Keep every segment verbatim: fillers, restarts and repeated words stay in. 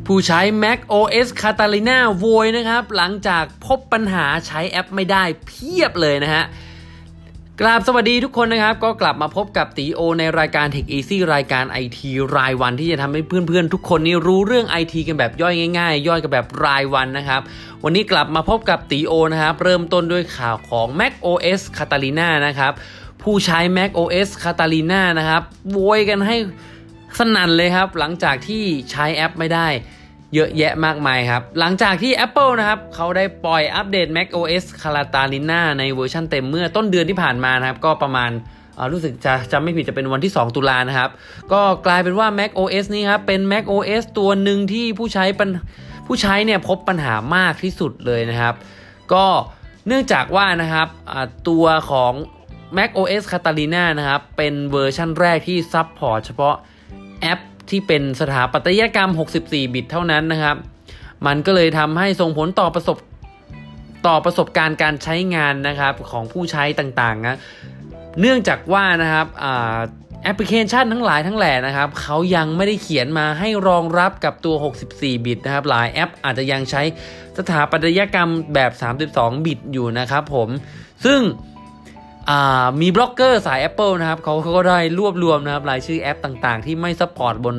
ผู้ใช้ Mac โอ เอส Catalina โวยนะครับหลังจากพบปัญหาใช้แอปไม่ได้เพียบเลยนะฮะกราบสวัสดีทุกคนนะครับก็กลับมาพบกับตีโอในรายการ Tech Easy รายการ ไอ ที รายวันที่จะทำให้เพื่อนๆทุกคนนี่รู้เรื่อง ไอ ที กันแบบย่อยง่ายๆย่อยกันแบบรายวันนะครับวันนี้กลับมาพบกับตีโอนะครับเริ่มต้นด้วยข่าวของ Mac โอ เอส Catalina นะครับผู้ใช้ Mac โอ เอส Catalina นะครับโวยกันให้สนั่นเลยครับหลังจากที่ใช้แอปไม่ได้เยอะแยะมากมายครับหลังจากที่ Apple นะครับเขาได้ปล่อยอัปเดต Mac โอ เอส Catalina ในเวอร์ชันเต็มเมื่อต้นเดือนที่ผ่านมานะครับก็ประมาณรู้สึกจะจำไม่ผิดจะเป็นวันที่สองตุลานะครับก็กลายเป็นว่า Mac โอ เอส นี้ครับเป็น Mac โอ เอส ตัวหนึ่งที่ผู้ใช้ผู้ใช้เนี่ยพบปัญหามากที่สุดเลยนะครับก็เนื่องจากว่านะครับตัวของ Mac โอ เอส Catalina นะครับเป็นเวอร์ชันแรกที่ซัพพอร์ตเฉพาะแอปที่เป็นสถาปัตยกรรมหกสิบสี่บิตเท่านั้นนะครับมันก็เลยทำให้ส่งผลต่อประสบต่อประสบการณ์การใช้งานนะครับของผู้ใช้ต่างๆนะเนื่องจากว่านะครับแอปพลิเคชันทั้งหลายทั้งแหล่นะครับเขายังไม่ได้เขียนมาให้รองรับกับตัวหกสิบสี่บิตนะครับหลายแอปอาจจะยังใช้สถาปัตยกรรมแบบสามสิบสองบิตอยู่นะครับผมซึ่งมีบล็อกเกอร์สาย Apple นะครับเขาเขาก็ได้รวบรวมนะครับรายชื่อแอปต่างๆที่ไม่ซัพพอร์ตบน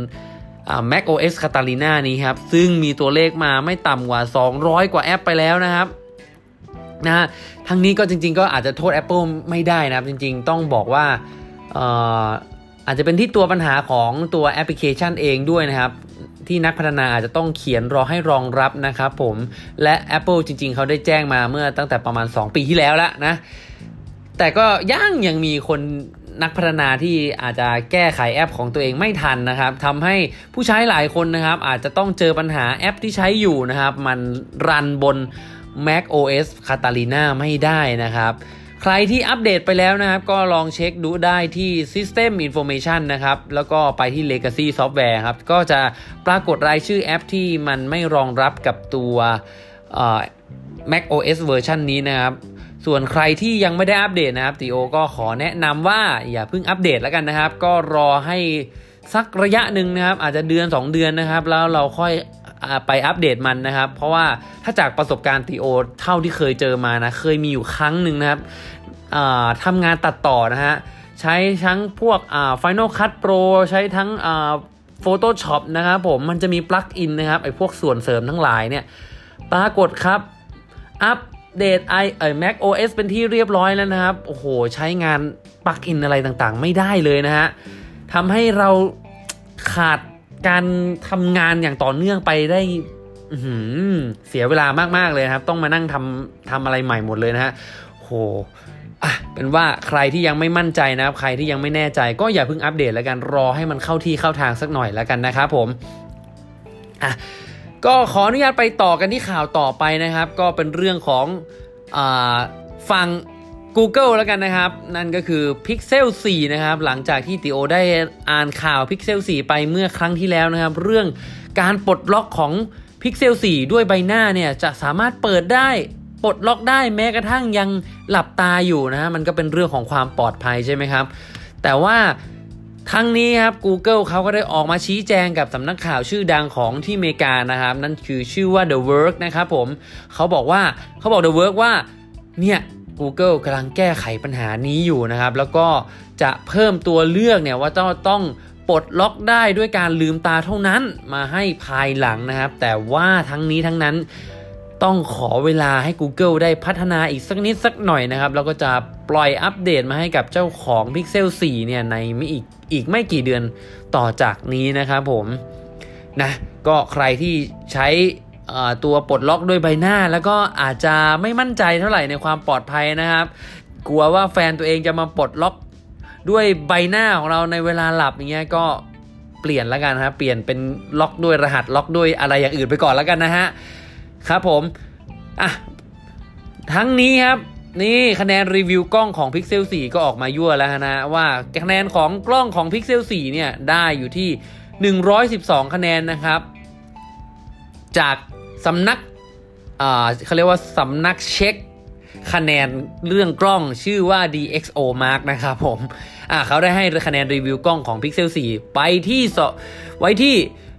Mac โอ เอส Catalina นี้ครับซึ่งมีตัวเลขมาไม่ต่ำกว่าสองร้อยกว่าแอปไปแล้วนะครับนะฮะทั้งนี้ก็จริงๆก็อาจจะโทษ Apple ไม่ได้นะครับจริงๆต้องบอกว่าอาจจะเป็นที่ตัวปัญหาของตัวแอปพลิเคชันเองด้วยนะครับที่นักพัฒนาอาจจะต้องเขียนรอให้รองรับนะครับผมและ Apple จริงๆเขาได้แจ้งมาเมื่อตั้งแต่ประมาณสองปีที่แล้วแล้วนะแต่ก็ยังยังมีคนนักพัฒนาที่อาจจะแก้ไขแอปของตัวเองไม่ทันนะครับทำให้ผู้ใช้หลายคนนะครับอาจจะต้องเจอปัญหาแอปที่ใช้อยู่นะครับมันรันบน Mac โอ เอส Catalina ไม่ได้นะครับใครที่อัปเดตไปแล้วนะครับก็ลองเช็คดูได้ที่ System Information นะครับแล้วก็ไปที่ Legacy Software ครับก็จะปรากฏรายชื่อแอปที่มันไม่รองรับกับตัว Mac โอ เอส เวอร์ชันนี้นะครับส่วนใครที่ยังไม่ได้อัปเดตนะครับตีโอก็ขอแนะนำว่าอย่าเพิ่งอัปเดตแล้วกันนะครับก็รอให้สักระยะหนึ่งนะครับอาจจะเดือนสองเดือนนะครับแล้วเราค่อยไปอัปเดตมันนะครับเพราะว่าถ้าจากประสบการณ์ตีโอเท่าที่เคยเจอมานะเคยมีอยู่ครั้งหนึ่งนะครับทำงานตัดต่อนะฮะใช้ทั้งพวก Final Cut Pro ใช้ทั้ง Photoshop นะครับผมมันจะมีปลั๊กอินนะครับไอ้พวกส่วนเสริมทั้งหลายเนี่ยปรากฏครับอัปเดตไอเอ่อ Mac โอ เอส เป็นที่เรียบร้อยแล้วนะครับโอ้โหใช้งานปลั๊กอินอะไรต่างๆไม่ได้เลยนะฮะทำให้เราขาดการทำงานอย่างต่อเนื่องไปได้เสียเวลามากๆเลยครับต้องมานั่งทำทำอะไรใหม่หมดเลยนะฮะโหอ่ะเป็นว่าใครที่ยังไม่มั่นใจนะครับใครที่ยังไม่แน่ใจก็อย่าเพิ่งอัปเดตแล้วกันรอให้มันเข้าที่เข้าทางสักหน่อยแล้วกันนะครับผมอ่ะก็ขออนุญาตไปต่อกันที่ข่าวต่อไปนะครับก็เป็นเรื่องของอ่าฝั่ง Google แล้วกันนะครับนั่นก็คือ Pixel โฟร์นะครับหลังจากที่ติโอได้อ่านข่าว Pixel โฟร์ไปเมื่อครั้งที่แล้วนะครับเรื่องการปลดล็อกของ Pixel โฟร์ด้วยใบหน้าเนี่ยจะสามารถเปิดได้ปลดล็อกได้แม้กระทั่งยังหลับตาอยู่นะฮะมันก็เป็นเรื่องของความปลอดภัยใช่ไหมครับแต่ว่าทั้งนี้ครับ Google เขาก็ได้ออกมาชี้แจงกับสำนักข่าวชื่อดังของที่อเมริกานะครับนั่นคือชื่อว่า The Verge นะครับผมเขาบอกว่าเขาบอก The Verge ว่าเนี่ย Google กำลังแก้ไขปัญหานี้อยู่นะครับแล้วก็จะเพิ่มตัวเลือกเนี่ยว่าต้องต้องปลดล็อกได้ด้วยการลืมตาเท่านั้นมาให้ภายหลังนะครับแต่ว่าทั้งนี้ทั้งนั้นต้องขอเวลาให้ Google ได้พัฒนาอีกสักนิดสักหน่อยนะครับแล้วก็จะปล่อยอัปเดตมาให้กับเจ้าของ Pixel โฟร์เนี่ยในไม่อีกอีกไม่กี่เดือนต่อจากนี้นะครับผมนะก็ใครที่ใช้ตัวปลดล็อกด้วยใบหน้าแล้วก็อาจจะไม่มั่นใจเท่าไหร่ในความปลอดภัยนะครับกลัวว่าแฟนตัวเองจะมาปลดล็อกด้วยใบหน้าของเราในเวลาหลับอย่างเงี้ยก็เปลี่ยนแล้วกันครับเปลี่ยนเป็นล็อกด้วยรหัสล็อกด้วยอะไรอย่างอื่นไปก่อนแล้วกันนะฮะครับผมอ่ะทั้งนี้ครับนี่คะแนนรีวิวกล้องของ Pixel โฟร์ก็ออกมายั่วแล้วนะว่าคะแนนของกล้องของ Pixel โฟร์เนี่ยได้อยู่ที่หนึ่งร้อยสิบสองคะแนนนะครับจากสำนักอ่าเขาเรียกว่าสำนักเช็คคะแนนเรื่องกล้องชื่อว่า ดี เอ็กซ์ โอ Mark นะครับผมอ่าเขาได้ให้คะแนนรีวิวกล้องของ Pixel โฟร์ไปที่ไว้ที่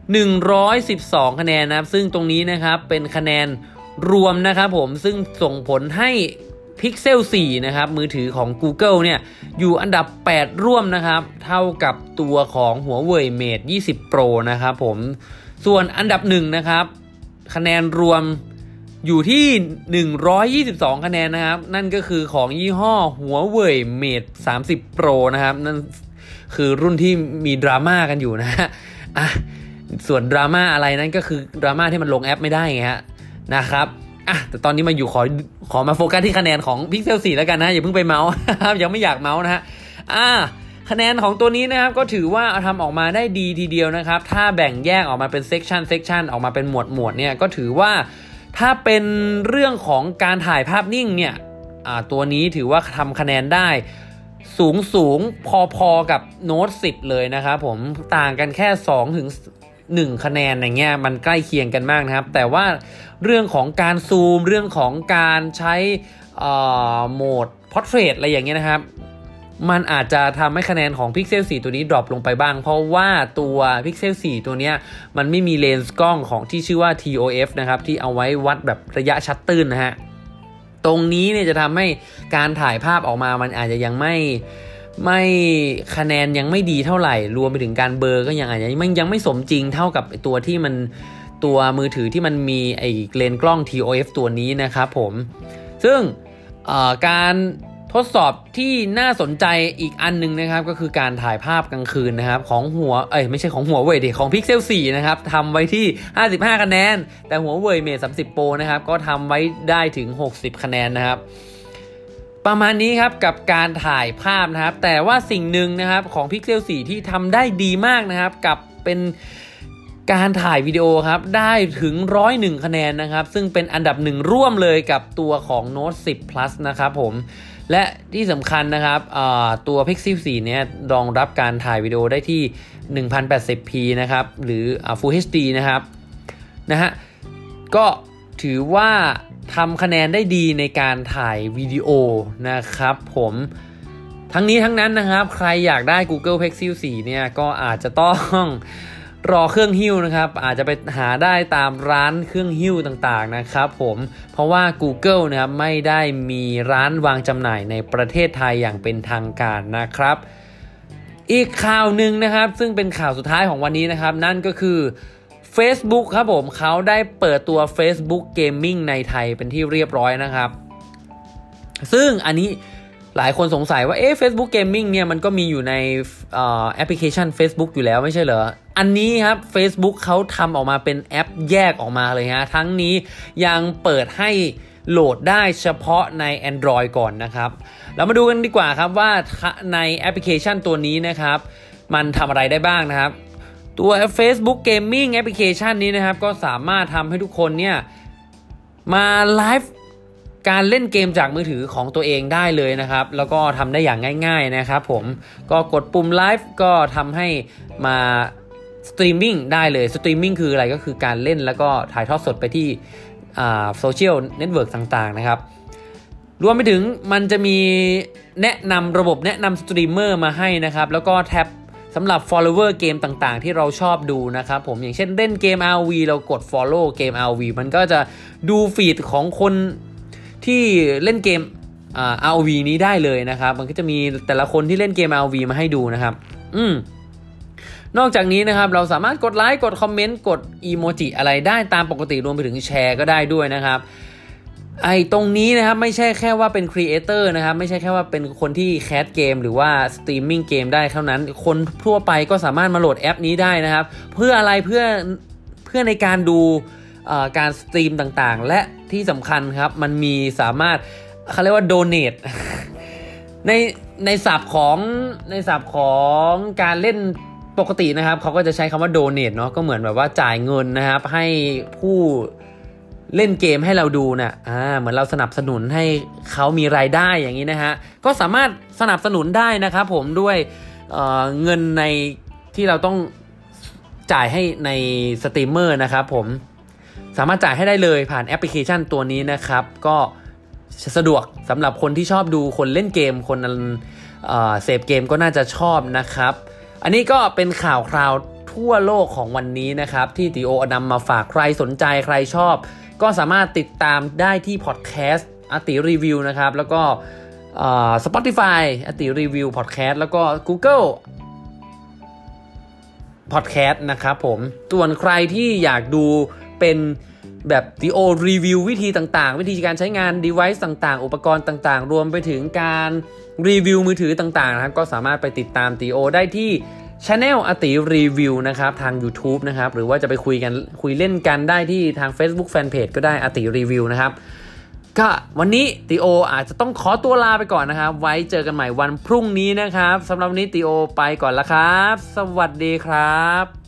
หนึ่งร้อยสิบสองคะแนนนะครับซึ่งตรงนี้นะครับเป็นคะแนนรวมนะครับผมซึ่งส่งผลให้ Pixel โฟร์ นะครับมือถือของ Google เนี่ยอยู่อันดับแปดร่วมนะครับเท่ากับตัวของ Huawei Mate ยี่สิบ Pro นะครับผมส่วนอันดับหนึ่งนะครับคะแนนรวมอยู่ที่หนึ่งร้อยยี่สิบสองคะแนนนะครับนั่นก็คือของยี่ห้อ Huawei Mate สามสิบ Pro นะครับนั่นคือรุ่นที่มีดราม่ากันอยู่นะฮะอ่ะส่วนดราม่าอะไรนั้นก็คือดราม่าที่มันลงแอปไม่ได้ไงฮะนะครับอ่ะแต่ตอนนี้มาอยู่ขอขอมาโฟกัสที่คะแนนของ Pixel โฟร์ แล้วกันนะอย่าเพิ่งไปเมาส์ ยังไม่อยากเมาส์นะฮะอ่ะคะแนนของตัวนี้นะครับก็ถือว่าทำออกมาได้ดีทีเดียวนะครับถ้าแบ่งแยกออกมาเป็นเซกชันเซกชันออกมาเป็นหมวดหมวดเนี่ยก็ถือว่าถ้าเป็นเรื่องของการถ่ายภาพนิ่งเนี่ยอ่าตัวนี้ถือว่าทำคะแนนได้สูงสูงพอๆกับ Note สิบเลยนะครับผมต่างกันแค่สองถึงหนึ่งคะแนนอย่างเงี้ยมันใกล้เคียงกันมากนะครับแต่ว่าเรื่องของการซูมเรื่องของการใช้โหมด Portrait อะไรอย่างเงี้ยนะครับมันอาจจะทำให้คะแนนของ Pixel โฟร์ ตัวนี้ดรอปลงไปบ้างเพราะว่าตัว Pixel โฟร์ ตัวเนี้ยมันไม่มีเลนส์กล้องของที่ชื่อว่า ที โอ เอฟ นะครับที่เอาไว้วัดแบบระยะชัตตื้นนะฮะตรงนี้เนี่ยจะทำให้การถ่ายภาพออกมามันอาจจะยังไม่ไม่คะแนนยังไม่ดีเท่าไหร่รวมไปถึงการเบลอก็ยังอาจจะยังยังไม่สมจริงเท่ากับตัวที่มันตัวมือถือที่มันมีไอ้เลนส์กล้อง ที โอ เอฟ ตัวนี้นะครับผมซึ่งการทดสอบที่น่าสนใจอีกอันนึงนะครับก็คือการถ่ายภาพกลางคืนนะครับของหัวเอ้ยไม่ใช่ของหัวเว่ยดิของ Pixel โฟร์ นะครับทำไว้ที่ห้าสิบห้าคะแนนแต่หัวเว่ย Mate สามสิบ Pro นะครับก็ทำไว้ได้ถึงหกสิบคะแนนนะครับประมาณนี้ครับกับการถ่ายภาพนะครับแต่ว่าสิ่งหนึ่งนะครับของ Pixel โฟร์ ที่ทำได้ดีมากนะครับกับเป็นการถ่ายวิดีโอครับได้ถึงหนึ่งร้อยเอ็ดคะแนนนะครับซึ่งเป็นอันดับหนึ่งร่วมเลยกับตัวของ Note สิบ Plus นะครับผมและที่สำคัญนะครับตัว Pixel โฟร์ เนี่ยรองรับการถ่ายวิดีโอได้ที่ หนึ่งพันแปดสิบพี นะครับหรือ Full เอช ดี นะครับนะฮะก็ถือว่าทำคะแนนได้ดีในการถ่ายวิดีโอนะครับผมทั้งนี้ทั้งนั้นนะครับใครอยากได้ Google Pixel โฟร์ เนี่ยก็อาจจะต้องรอเครื่องหิ้วนะครับอาจจะไปหาได้ตามร้านเครื่องหิ้วต่างๆนะครับผมเพราะว่า Google นะครับไม่ได้มีร้านวางจำหน่ายในประเทศไทยอย่างเป็นทางการนะครับอีกข่าวหนึ่งนะครับซึ่งเป็นข่าวสุดท้ายของวันนี้นะครับนั่นก็คือ Facebook ครับผมเขาได้เปิดตัว Facebook Gaming ในไทยเป็นที่เรียบร้อยนะครับซึ่งอันนี้หลายคนสงสัยว่าเอ๊ะ Facebook Gaming เนี่ยมันก็มีอยู่ในแอปพลิเคชัน Facebook อยู่แล้วไม่ใช่เหรออันนี้ครับ Facebook เขาทำออกมาเป็นแอปแยกออกมาเลยฮะทั้งนี้ยังเปิดให้โหลดได้เฉพาะใน Android ก่อนนะครับเรามาดูกันดีกว่าครับว่าในแอปพลิเคชันตัวนี้นะครับมันทำอะไรได้บ้างนะครับตัว Facebook Gaming แอปพลิเคชันนี้นะครับก็สามารถทำให้ทุกคนเนี่ยมาไลฟ์การเล่นเกมจากมือถือของตัวเองได้เลยนะครับแล้วก็ทำได้อย่างง่ายๆนะครับผมก็กดปุ่มไลฟ์ก็ทำให้มาสตรีมมิ่งได้เลยสตรีมมิ่งคืออะไรก็คือการเล่นแล้วก็ถ่ายทอดสดไปที่โซเชียลเน็ตเวิร์กต่างๆนะครับรวมไปถึงมันจะมีแนะนำระบบแนะนำสตรีมเมอร์มาให้นะครับแล้วก็แท็บสำหรับ follower เกมต่างๆที่เราชอบดูนะครับผมอย่างเช่นเล่นเกม อาร์ โอ วี เรากด follow เกม อาร์ โอ วี มันก็จะดูฟีดของคนที่เล่นเกม อาร์ โอ วี นี้ได้เลยนะครับมันก็จะมีแต่ละคนที่เล่นเกม อาร์ โอ วี มาให้ดูนะครับอืมนอกจากนี้นะครับเราสามารถกดไลค์กดคอมเมนต์กดอีโมจิอะไรได้ตามปกติรวมไปถึงแชร์ก็ได้ด้วยนะครับไอ้ตรงนี้นะครับไม่ใช่แค่ว่าเป็นครีเอเตอร์นะครับไม่ใช่แค่ว่าเป็นคนที่แคสเกมหรือว่าสตรีมมิ่งเกมได้เท่านั้นคนทั่วไปก็สามารถมาโหลดแอปนี้ได้นะครับเพื่ออะไรเพื่อเพื่อในการดูการสตรีมต่างๆและที่สำคัญครับมันมีสามารถเขาเรียกว่า donate ในในศัพท์ของในศัพท์ของการเล่นปกตินะครับเขาก็จะใช้คำว่า donate เนาะก็เหมือนแบบว่าจ่ายเงินนะครับให้ผู้เล่นเกมให้เราดูนะอ่าเหมือนเราสนับสนุนให้เขามีรายได้อย่างนี้นะฮะก็สามารถสนับสนุนได้นะครับผมด้วย เอ่อ เงินในที่เราต้องจ่ายให้ในสตรีมเมอร์นะครับผมสามารถจ่ายให้ได้เลยผ่านแอปพลิเคชันตัวนี้นะครับก็สะดวกสำหรับคนที่ชอบดูคนเล่นเกมคนเอ่อเสพเกมก็น่าจะชอบนะครับอันนี้ก็เป็นข่าวคราวททั่วโลกของวันนี้นะครับที่ติโอนำมาฝากใครสนใจใครชอบก็สามารถติดตามได้ที่พอดแคสต์อติรีวิวนะครับแล้วก็Spotify อติรีวิวพอดแคสต์แล้วก็ Googleพอดแคสต์นะครับผมส่วนใครที่อยากดูเป็นแบบติโอรีวิววิธีต่างๆวิธีการใช้งาน device ต่างๆอุปกรณ์ต่างๆรวมไปถึงการรีวิวมือถือต่างๆนะครับก็สามารถไปติดตามติโอได้ที่ Channel อติรีวิวนะครับทาง YouTube นะครับหรือว่าจะไปคุยกันคุยเล่นกันได้ที่ทาง Facebook Fanpage ก็ได้อติรีวิวนะครับก็วันนี้ติโออาจจะต้องขอตัวลาไปก่อนนะครับไว้เจอกันใหม่วันพรุ่งนี้นะครับสำหรับวันนี้ติโอไปก่อนละครับสวัสดีครับ